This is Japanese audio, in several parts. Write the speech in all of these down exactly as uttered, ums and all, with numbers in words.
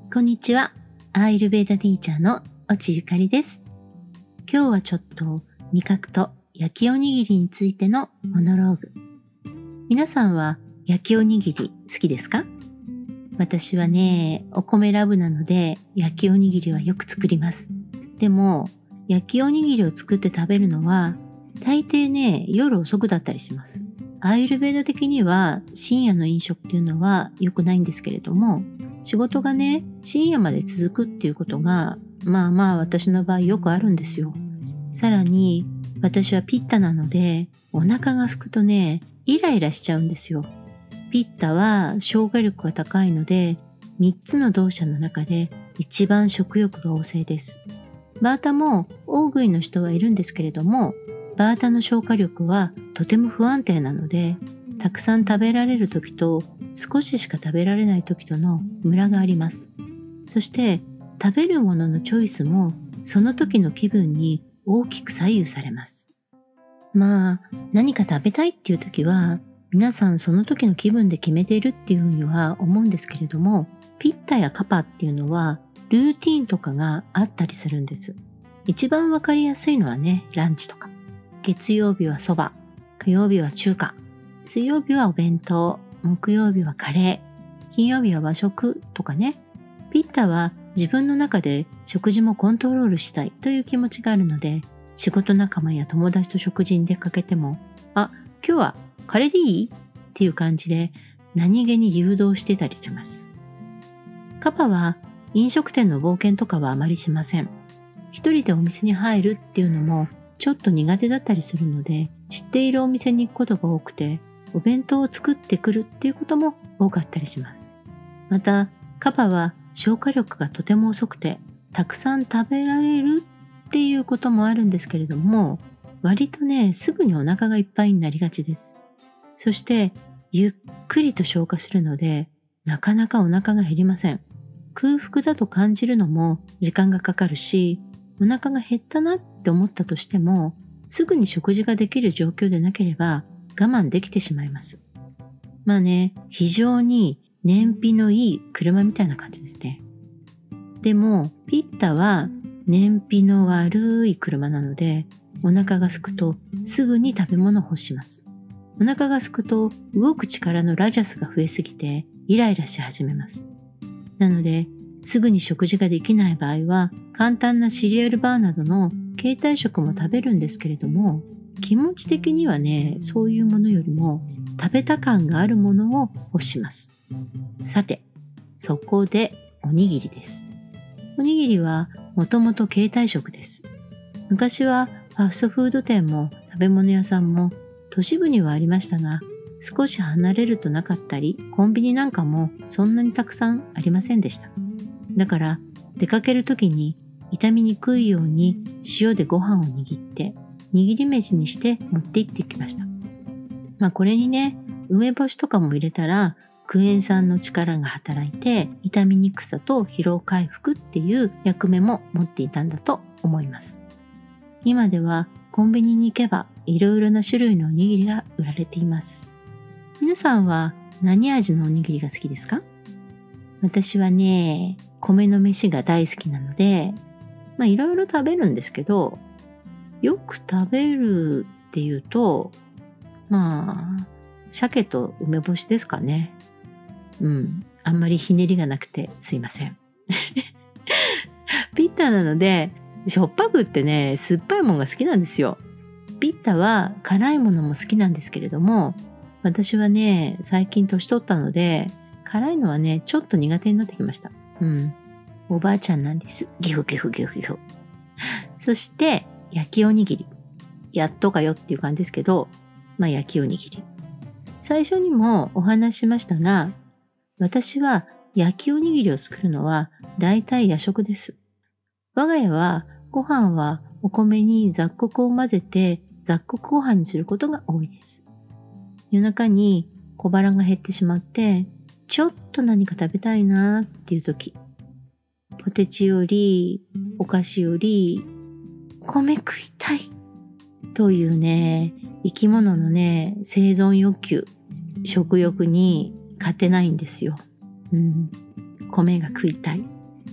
こんにちは。アーユルヴェーダティーチャーの越智ゆかりです。今日はちょっと味覚と焼きおにぎりについてのモノローグ。皆さんは焼きおにぎり好きですか？私はね、お米ラブなので焼きおにぎりはよく作ります。でも焼きおにぎりを作って食べるのは大抵ね、夜遅くだったりします。アーユルヴェーダ的には深夜の飲食っていうのは良くないんですけれども、仕事がね、深夜まで続くっていうことが、まあまあ私の場合よくあるんですよ。さらに、私はピッタなので、お腹が空くとね、イライラしちゃうんですよ。ピッタは消化力が高いので、みっつの動作の中で一番食欲が旺盛です。バータも大食いの人はいるんですけれども、バータの消化力はとても不安定なので、たくさん食べられる時と少ししか食べられない時とのムラがあります。そして食べるもののチョイスもその時の気分に大きく左右されます。まあ何か食べたいっていう時は皆さんその時の気分で決めているっていうふうには思うんですけれども、ピッタやカパっていうのはルーティーンとかがあったりするんです。一番わかりやすいのはね、ランチとか。月曜日はそば、火曜日は中華、水曜日はお弁当、木曜日はカレー、金曜日は和食とかね。ピッタは自分の中で食事もコントロールしたいという気持ちがあるので、仕事仲間や友達と食事に出かけても、あ、今日はカレーでいい？っていう感じで何気に誘導してたりします。カパは飲食店の冒険とかはあまりしません。一人でお店に入るっていうのもちょっと苦手だったりするので、知っているお店に行くことが多くて、お弁当を作ってくるっていうことも多かったりします。また、カパは消化力がとても遅くて、たくさん食べられるっていうこともあるんですけれども、割とね、すぐにお腹がいっぱいになりがちです。そして、ゆっくりと消化するので、なかなかお腹が減りません。空腹だと感じるのも時間がかかるし、お腹が減ったなって思ったとしても、すぐに食事ができる状況でなければ我慢できてしまいます。まあね、非常に燃費のいい車みたいな感じですね。でも、ピッタは燃費の悪い車なので、お腹が空くとすぐに食べ物を欲します。お腹が空くと動く力のラジャスが増えすぎてイライラし始めます。なので、すぐに食事ができない場合は、簡単なシリアルバーなどの携帯食も食べるんですけれども、気持ち的にはね、そういうものよりも食べた感があるものを欲します。さて、そこでおにぎりです。おにぎりはもともと携帯食です。昔はファストフード店も食べ物屋さんも都市部にはありましたが、少し離れるとなかったり、コンビニなんかもそんなにたくさんありませんでした。だから出かけるときに傷みにくいように塩でご飯を握って握り飯にして持って行ってきました。まあこれにね、梅干しとかも入れたらクエン酸の力が働いて傷みにくさと疲労回復っていう役目も持っていたんだと思います。今ではコンビニに行けばいろいろな種類のおにぎりが売られています。皆さんは何味のおにぎりが好きですか？私はね、米の飯が大好きなので、まあいろいろ食べるんですけど、よく食べるっていうと、まあ、鮭と梅干しですかね。うん、あんまりひねりがなくてすいません。ピッタなので、しょっぱくってね、酸っぱいものが好きなんですよ。ピッタは辛いものも好きなんですけれども、私はね、最近年取ったので、辛いのはね、ちょっと苦手になってきました。うん。おばあちゃんなんです。ギフギフギフギフ。そして、焼きおにぎり。やっとかよっていう感じですけど、まあ焼きおにぎり。最初にもお話ししましたが、私は焼きおにぎりを作るのは大体夜食です。我が家はご飯はお米に雑穀を混ぜて雑穀ご飯にすることが多いです。夜中に小腹が減ってしまって、ちょっと何か食べたいなーっていう時、ポテチよりお菓子より米食いたいというね、生き物のね、生存欲求、食欲に勝てないんですよ。うん、米が食いたい。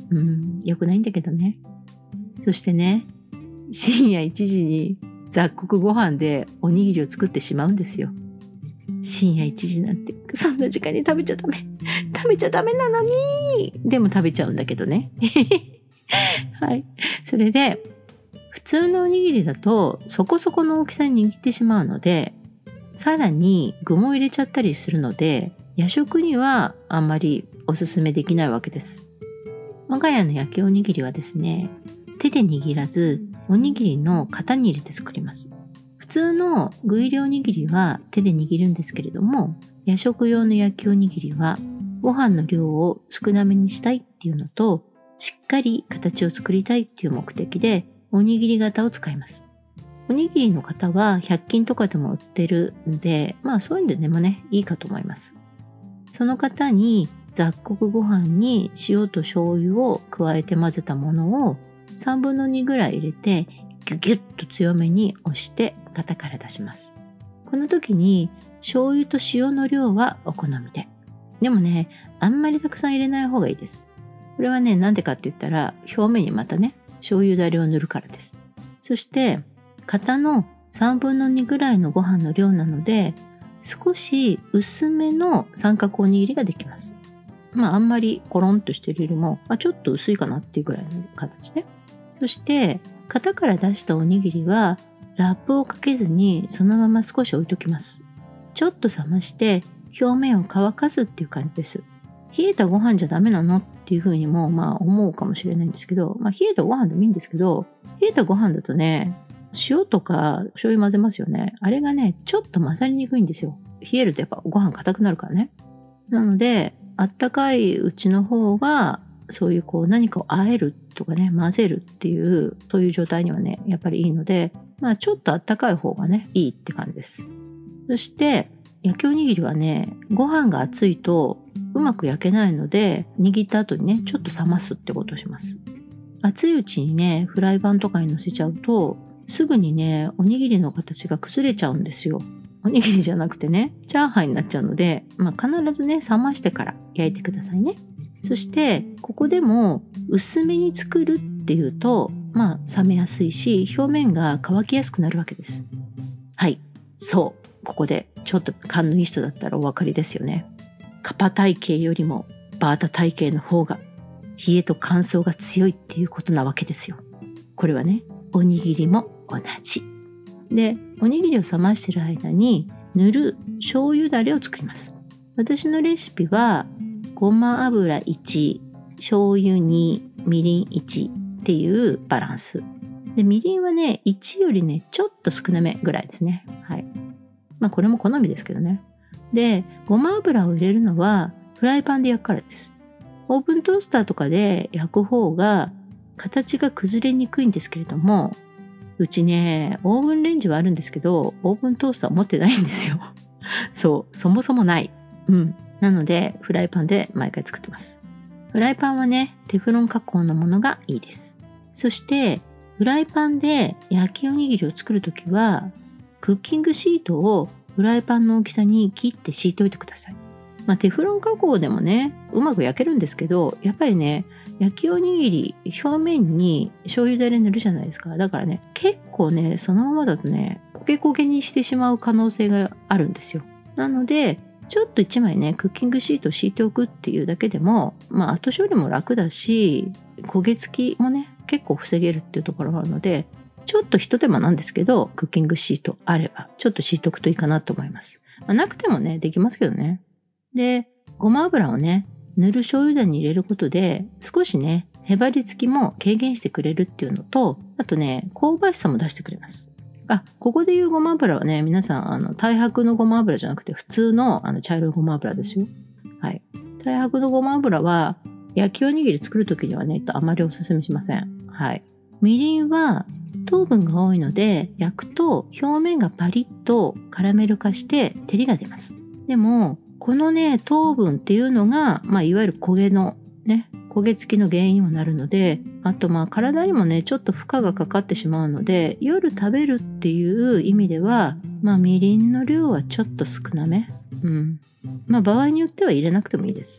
うん、良くないんだけどね。そしてね、深夜いちじに雑穀ご飯でおにぎりを作ってしまうんですよ。深夜いちじなんてそんな時間に食べちゃダメ食べちゃダメなのに、でも食べちゃうんだけどねはい。それで普通のおにぎりだとそこそこの大きさに握ってしまうので、さらに具も入れちゃったりするので、夜食にはあんまりおすすめできないわけです。我が家の焼きおにぎりはですね、手で握らずおにぎりの型に入れて作ります。普通の具入りおにぎりは手で握るんですけれども、夜食用の焼きおにぎりはご飯の量を少なめにしたいっていうのと、しっかり形を作りたいっていう目的でおにぎり型を使います。おにぎりの型はひゃく均とかでも売ってるんで、まあそういうんででもね、いいかと思います。その型に雑穀ご飯に塩と醤油を加えて混ぜたものをさんぶんのにぐらい入れて、ギュギュッと強めに押して型から出します。この時に醤油と塩の量はお好みで。でもね、あんまりたくさん入れない方がいいです。これはね、なんでかって言ったら、表面にまたね、醤油だれを塗るからです。そして型のさんぶんのにぐらいのご飯の量なので、少し薄めの三角おにぎりができます。まああんまりコロンとしてるよりも、まあ、ちょっと薄いかなっていうぐらいの形で。そして型から出したおにぎりはラップをかけずにそのまま少し置いときます。ちょっと冷まして表面を乾かすっていう感じです。冷えたご飯じゃダメなのっていうふうにもまあ思うかもしれないんですけど、まあ冷えたご飯でもいいんですけど、冷えたご飯だとね、塩とか醤油混ぜますよね。あれがね、ちょっと混ざりにくいんですよ。冷えるとやっぱご飯硬くなるからね。なので、あったかいうちの方が、そういうこう何かを和えるとかね、混ぜるっていう、そういう状態にはね、やっぱりいいので、まあちょっとあったかい方がね、いいって感じです。そして、焼きおにぎりはね、ご飯が熱いとうまく焼けないので、握った後にね、ちょっと冷ますってことをします。熱いうちにね、フライパンとかに乗せちゃうと、すぐにね、おにぎりの形が崩れちゃうんですよ。おにぎりじゃなくてね、チャーハンになっちゃうので、まあ、必ずね、冷ましてから焼いてくださいね。そして、ここでも薄めに作るっていうと、まあ、冷めやすいし、表面が乾きやすくなるわけです。はい、そう。ここで、ちょっと勘のいい人だったらお分かりですよね。カパ体型よりもバータ体型の方が、冷えと乾燥が強いっていうことなわけですよ。これはね、おにぎりも同じ。で、おにぎりを冷ましてる間に塗る醤油だれを作ります。私のレシピはごま油いち、醤油に、みりんいちっていうバランス。で、みりんはね、いちよりね、ちょっと少なめぐらいですね。はい。まあこれも好みですけどね。で、ごま油を入れるのはフライパンで焼くからです。オーブントースターとかで焼く方が形が崩れにくいんですけれども、うちね、オーブンレンジはあるんですけど、オーブントースター持ってないんですよ。そう、そもそもない。うん。なので、フライパンで毎回作ってます。フライパンはね、テフロン加工のものがいいです。そして、フライパンで焼きおにぎりを作るときは、クッキングシートをフライパンの大きさに切って敷いておいてください。まあ、テフロン加工でもね、うまく焼けるんですけど、やっぱりね、焼きおにぎり表面に醤油だれ塗るじゃないですか。だからね、結構ね、そのままだとね、焦げ焦げにしてしまう可能性があるんですよ。なので、ちょっと一枚ね、クッキングシートを敷いておくっていうだけでも、まあ、後処理も楽だし、焦げ付きもね、結構防げるっていうところがあるので、ちょっと一手間なんですけど、クッキングシートあれば、ちょっと敷いておくといいかなと思います。まあ、なくてもね、できますけどね。で、ごま油をね、塗る醤油だに入れることで、少しね、へばりつきも軽減してくれるっていうのと、あとね、香ばしさも出してくれます。あ、ここでいうごま油はね、皆さん、あの、太白のごま油じゃなくて、普通のあの茶色いごま油ですよ。はい。太白のごま油は、焼きおにぎり作るときにはね、あまりおすすめしません。はい。みりんは、糖分が多いので、焼くと表面がパリッとカラメル化して照りが出ます。でも、このね、糖分っていうのが、まあ、いわゆる焦げのね、焦げ付きの原因にもなるので、あとまあ体にもね、ちょっと負荷がかかってしまうので、夜食べるっていう意味では、まあみりんの量はちょっと少なめ。うん。まあ場合によっては入れなくてもいいです。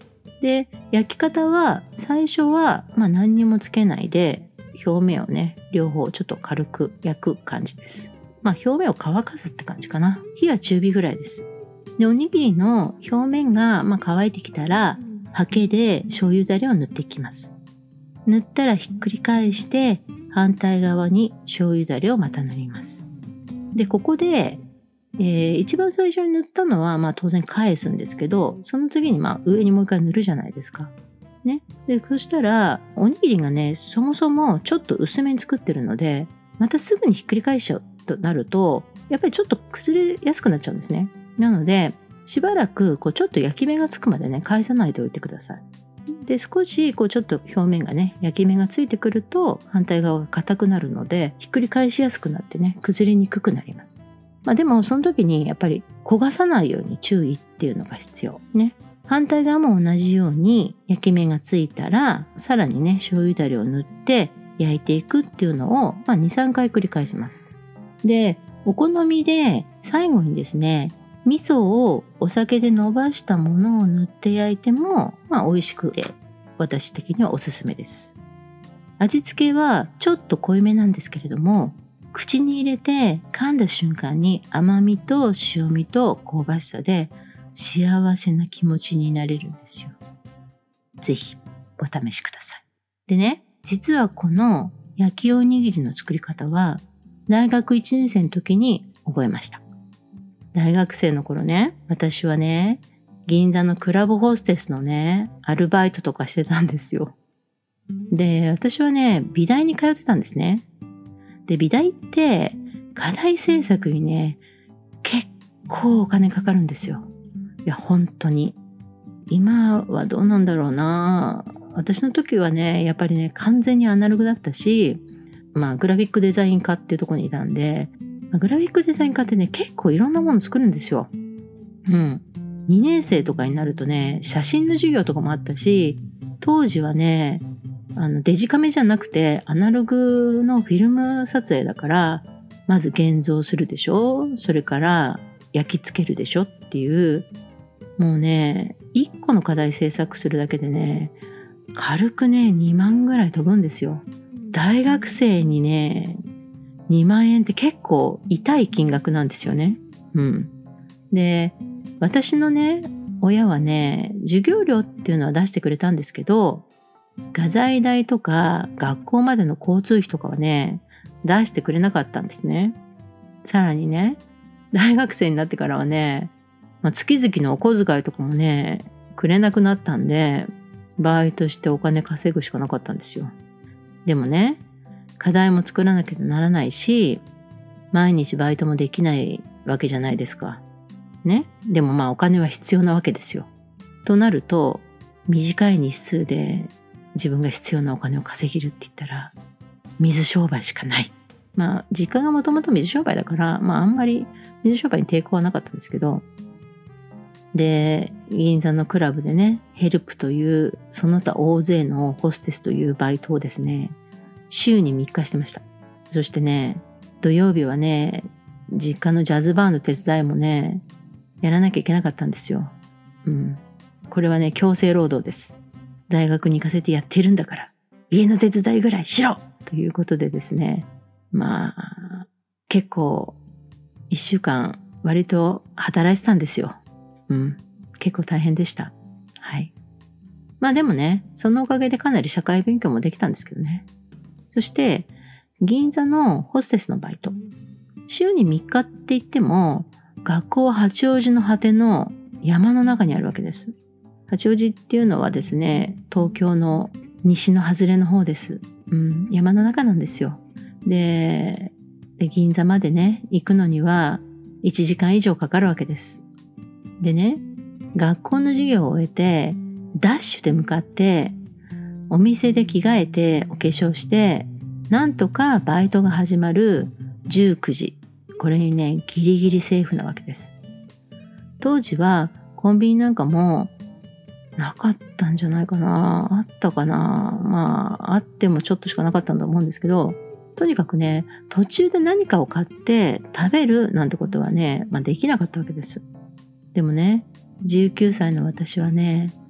で、焼き方は最初はまあ何にもつけないで表面をね両方ちょっと軽く焼く感じです。まあ表面を乾かすって感じかな。火は中火ぐらいです。で、おにぎりの表面がまあ乾いてきたらハケで醤油だれを塗っていきます。塗ったらひっくり返して反対側に醤油だれをまた塗ります。で、ここで、えー、一番最初に塗ったのはまあ当然返すんですけど、その次にまあ上にもう一回塗るじゃないですか。ね。で、そしたらおにぎりがねそもそもちょっと薄めに作ってるので、またすぐにひっくり返しちゃうとなるとやっぱりちょっと崩れやすくなっちゃうんですね。なのでしばらくこうちょっと焼き目がつくまでね返さないでおいてください。で、少しこうちょっと表面がね焼き目がついてくると反対側が硬くなるのでひっくり返しやすくなってね崩れにくくなります。まあでもその時にやっぱり焦がさないように注意っていうのが必要ね。反対側も同じように焼き目がついたらさらにね醤油だれを塗って焼いていくっていうのを、まあ、にさんかい繰り返します。で、お好みで最後にですね味噌をお酒で伸ばしたものを塗って焼いても、まあ、美味しくて私的にはおすすめです。味付けはちょっと濃いめなんですけれども、口に入れて噛んだ瞬間に甘みと塩味と香ばしさで幸せな気持ちになれるんですよ。ぜひお試しください。でね、実はこの焼きおにぎりの作り方は大学いちねん生の時に覚えました。大学生の頃ね、私はね、銀座のクラブホステスのね、アルバイトとかしてたんですよ。で、私はね、美大に通ってたんですね。で、美大って課題制作にね、結構お金かかるんですよ。いや、本当に。今はどうなんだろうな。私の時はね、やっぱりね、完全にアナログだったし、まあ、グラフィックデザイン科っていうところにいたんで、グラフィックデザイン科ってね、結構いろんなもの作るんですよ。うん。にねん生とかになるとね、写真の授業とかもあったし、当時はね、あのデジカメじゃなくてアナログのフィルム撮影だから、まず現像するでしょ、それから焼き付けるでしょっていう、もうね、いっこの課題制作するだけでね、軽くね、にまんぐらい飛ぶんですよ。大学生にね、にまんえんって結構痛い金額なんですよね。うん。で、私のね、親はね、授業料っていうのは出してくれたんですけど、画材代とか学校までの交通費とかはね、出してくれなかったんですね。さらにね、大学生になってからはね、まあ、月々のお小遣いとかもね、くれなくなったんで、バイトしてお金稼ぐしかなかったんですよ。でもね、課題も作らなきゃならないし、毎日バイトもできないわけじゃないですか。ね。でもまあお金は必要なわけですよ。となると、短い日数で自分が必要なお金を稼げるって言ったら、水商売しかない。まあ実家がもともと水商売だから、まああんまり水商売に抵抗はなかったんですけど、で、銀座のクラブでね、ヘルプという、その他大勢のホステスというバイトをですね、週にみっかしてました。そしてね、土曜日はね、実家のジャズバーの手伝いもね、やらなきゃいけなかったんですよ。うん。これはね、強制労働です。大学に行かせてやってるんだから、家の手伝いぐらいしろということでですね、まあ、結構、一週間割と働いてたんですよ。うん。結構大変でした。はい。まあでもね、そのおかげでかなり社会勉強もできたんですけどね。そして、銀座のホステスのバイト。週にみっかって言っても、学校は八王子の果ての山の中にあるわけです。八王子っていうのはですね、東京の西の外れの方です。うん、山の中なんですよ。で、で銀座までね、行くのにはいちじかん以上かかるわけです。でね、学校の授業を終えて、ダッシュで向かって、お店で着替えてお化粧して、なんとかバイトが始まるじゅうくじ。これにね、ギリギリセーフなわけです。当時はコンビニなんかもなかったんじゃないかな。あったかな。まあ、あってもちょっとしかなかったんだと思うんですけど、とにかくね、途中で何かを買って食べるなんてことはね、まあできなかったわけです。でもね、じゅうきゅうさいの私はね、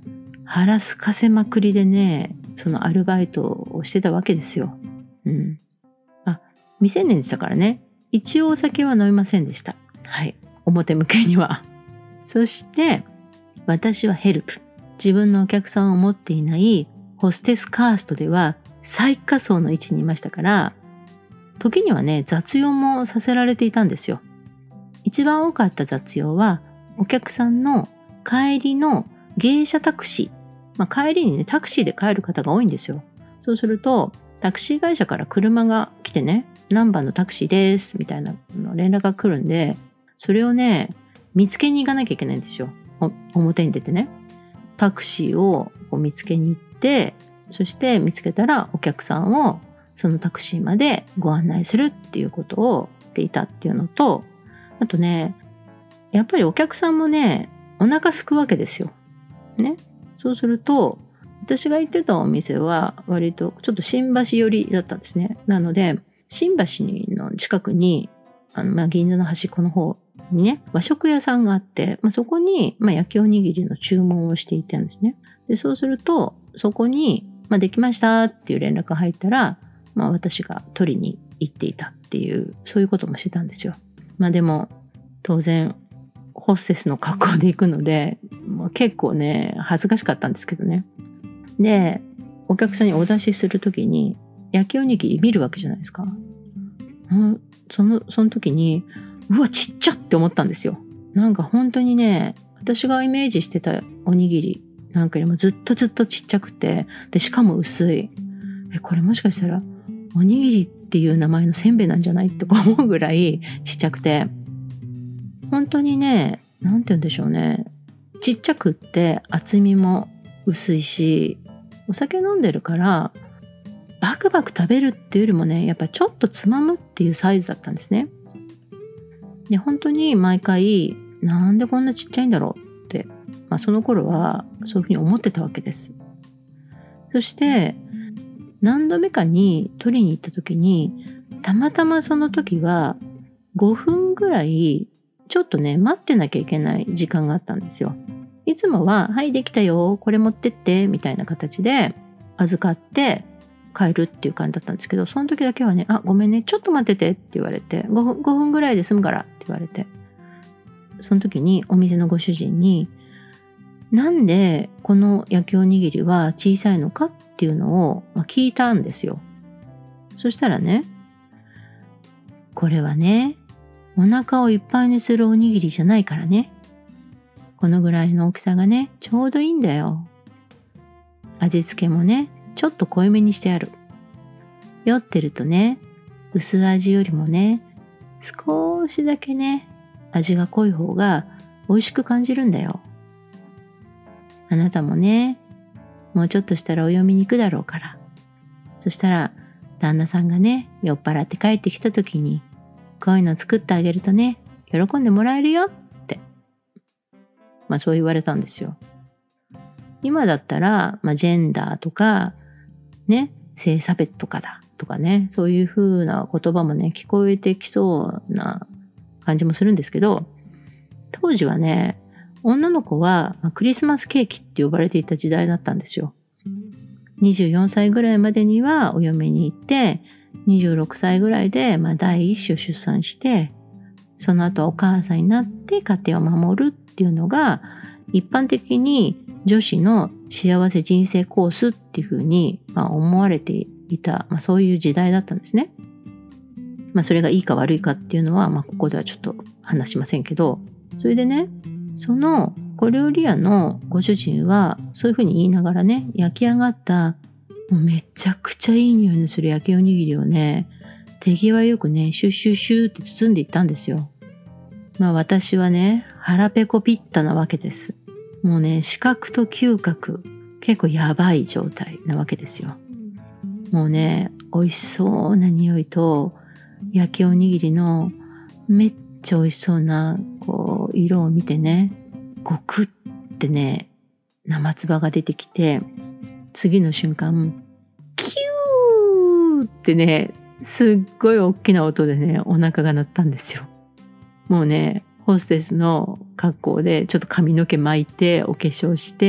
腹すかせまくりでね、そのアルバイトをしてたわけですよ。うん。あ、未成年でしたからね。一応お酒は飲みませんでした。はい。表向けには。そして、私はヘルプ。自分のお客さんを持っていないホステスカーストでは最下層の位置にいましたから、時にはね、雑用もさせられていたんですよ。一番多かった雑用は、お客さんの帰りの芸者タクシー。まあ、帰りにね、タクシーで帰る方が多いんですよ。そうすると、タクシー会社から車が来てね、何番のタクシーです、みたいな連絡が来るんで、それをね、見つけに行かなきゃいけないんですよ。表に出てね。タクシーを見つけに行って、そして見つけたらお客さんをそのタクシーまでご案内するっていうことをしていたっていうのと、あとね、やっぱりお客さんもね、お腹すくわけですよ。ね。そうすると、私が行ってたお店は割とちょっと新橋寄りだったんですね。なので、新橋の近くに、あの、まあ、銀座の端っこの方にね、和食屋さんがあって、まあ、そこに、まあ、焼きおにぎりの注文をしていたんですね。で、そうすると、そこに、まあ、できましたっていう連絡が入ったら、まあ、私が取りに行っていたっていう、そういうこともしてたんですよ。まあでも、当然、ホステスの格好で行くので、まあ、結構ね、恥ずかしかったんですけどね。で、お客さんにお出しするときに、焼きおにぎり見るわけじゃないですか。うん、その、その時に、うわ、ちっちゃって思ったんですよ。なんか本当にね、私がイメージしてたおにぎりなんかよりもずっとずっとちっちゃくて、で、しかも薄い。え、これもしかしたら、おにぎりっていう名前のせんべいなんじゃないって思うぐらいちっちゃくて、本当にね、なんて言うんでしょうね。ちっちゃくって厚みも薄いし、お酒飲んでるから、バクバク食べるっていうよりもね、やっぱちょっとつまむっていうサイズだったんですね。で、本当に毎回、なんでこんなちっちゃいんだろうって、まあその頃はそういうふうに思ってたわけです。そして、何度目かに取りに行った時に、たまたまその時はごふんぐらいちょっとね、待ってなきゃいけない時間があったんですよ。いつもは、はい、できたよ、これ持ってって、みたいな形で預かって帰るっていう感じだったんですけど、その時だけはね、あ、ごめんね、ちょっと待っててって言われて、ごふん、ごふんぐらいで済むからって言われて、その時にお店のご主人に、なんでこの焼きおにぎりは小さいのかっていうのを聞いたんですよ。そしたらね、これはね、お腹をいっぱいにするおにぎりじゃないからね。このぐらいの大きさがね、ちょうどいいんだよ。味付けもね、ちょっと濃いめにしてある。酔ってるとね、薄味よりもね、少しだけね、味が濃い方が美味しく感じるんだよ。あなたもね、もうちょっとしたらお嫁に行くだろうから。そしたら、旦那さんがね、酔っ払って帰ってきた時に、こういうの作ってあげるとね、喜んでもらえるよって。まあそう言われたんですよ。今だったら、まあジェンダーとか、ね、性差別とかだとかね、そういう風な言葉もね、聞こえてきそうな感じもするんですけど、当時はね、女の子はクリスマスケーキって呼ばれていた時代だったんですよ。にじゅうよんさいぐらいまでにはお嫁に行って、にじゅうろくさいぐらいでまあ第一子を出産して、その後はお母さんになって家庭を守るっていうのが、一般的に女子の幸せ人生コースっていうふうにまあ思われていた、まあ、そういう時代だったんですね。まあそれがいいか悪いかっていうのは、まあここではちょっと話しませんけど、それでね、その小料理屋のご主人はそういうふうに言いながらね、焼き上がったもうめちゃくちゃいい匂いのする焼きおにぎりをね、手際よくね、シュッシュッシュッって包んでいったんですよ。まあ私はね、腹ペコピッタなわけです。もうね、視覚と嗅覚、結構やばい状態なわけですよ。もうね、美味しそうな匂いと、焼きおにぎりのめっちゃ美味しそうなこう色を見てね、ゴクってね、生唾が出てきて、次の瞬間、キューってね、すっごい大きな音でね、お腹が鳴ったんですよ。もうね、ホステスの格好でちょっと髪の毛巻いてお化粧して、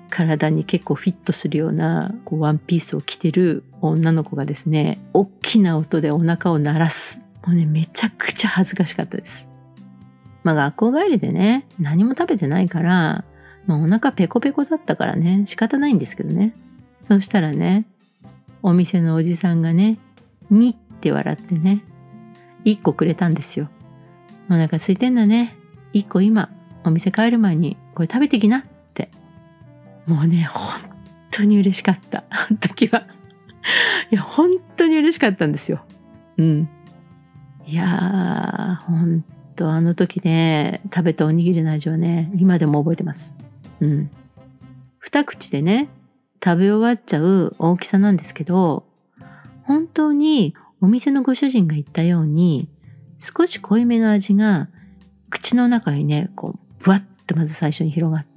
体に結構フィットするようなこうワンピースを着てる女の子がですね、大きな音でお腹を鳴らす。もうね、めちゃくちゃ恥ずかしかったです。まあ学校帰りでね、何も食べてないから、まあお腹ペコペコだったからね、仕方ないんですけどね。そしたらね、お店のおじさんがね、にって笑ってね、いっこくれたんですよ。お腹空いてんだね。いっこ今、お店帰る前にこれ食べてきなって。もうね、本当に嬉しかった。あの時は。いや、本当に嬉しかったんですよ。うん。いやー、本当あの時ね、食べたおにぎりの味はね、今でも覚えてます。うん。二口でね、食べ終わっちゃう大きさなんですけど、本当にお店のご主人が言ったように、少し濃いめの味が口の中にね、こう、ぶわっとまず最初に広がって、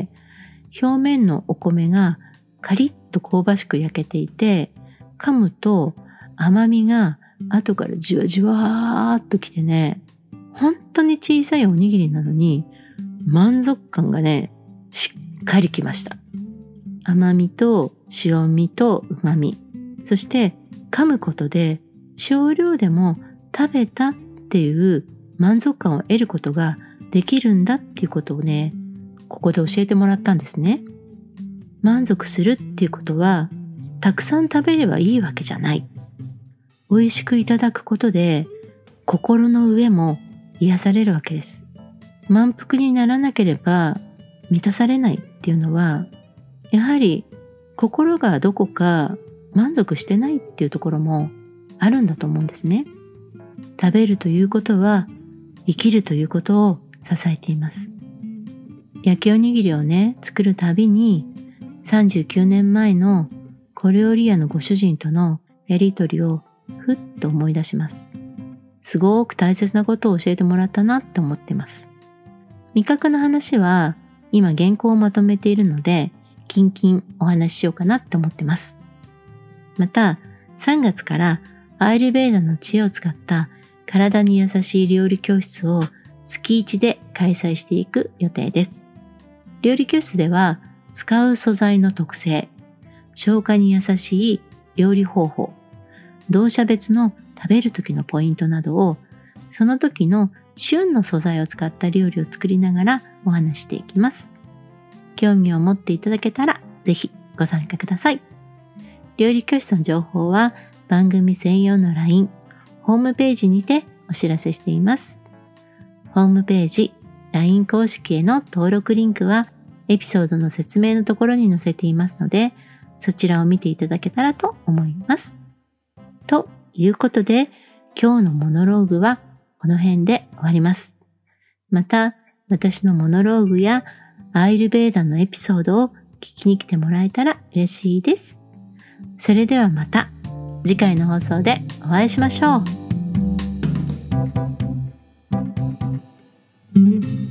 表面のお米がカリッと香ばしく焼けていて、噛むと甘みが後からじわじわーっときてね、本当に小さいおにぎりなのに満足感がね、しっかりきました。甘みと塩味と旨味、そして噛むことで少量でも食べたっていう満足感を得ることができるんだっていうことをね、ここで教えてもらったんですね。満足するっていうことは、たくさん食べればいいわけじゃない。美味しくいただくことで、心の上も癒されるわけです。満腹にならなければ満たされないっていうのは、やはり心がどこか満足してないっていうところもあるんだと思うんですね。食べるということは、生きるということを支えています。焼きおにぎりをね、作るたびにさんじゅうきゅうねんまえの小料理屋のご主人とのやりとりをふっと思い出します。すごく大切なことを教えてもらったなって思ってます。味覚の話は今原稿をまとめているので、キンキンお話ししようかなって思ってます。またさんがつからアイルベーダの知恵を使った体に優しい料理教室を月いちで開催していく予定です。料理教室では使う素材の特性、消化に優しい料理方法、動作別の食べる時のポイントなどを、その時の旬の素材を使った料理を作りながらお話していきます。興味を持っていただけたらぜひご参加ください。料理教室の情報は番組専用の ライン、ホームページにてお知らせしています。ホームページ、ライン 公式への登録リンクはエピソードの説明のところに載せていますので、そちらを見ていただけたらと思います。ということで、今日のモノローグはこの辺で終わります。また、私のモノローグやアイルベーダのエピソードを聞きに来てもらえたら嬉しいです。それではまた次回の放送でお会いしましょう。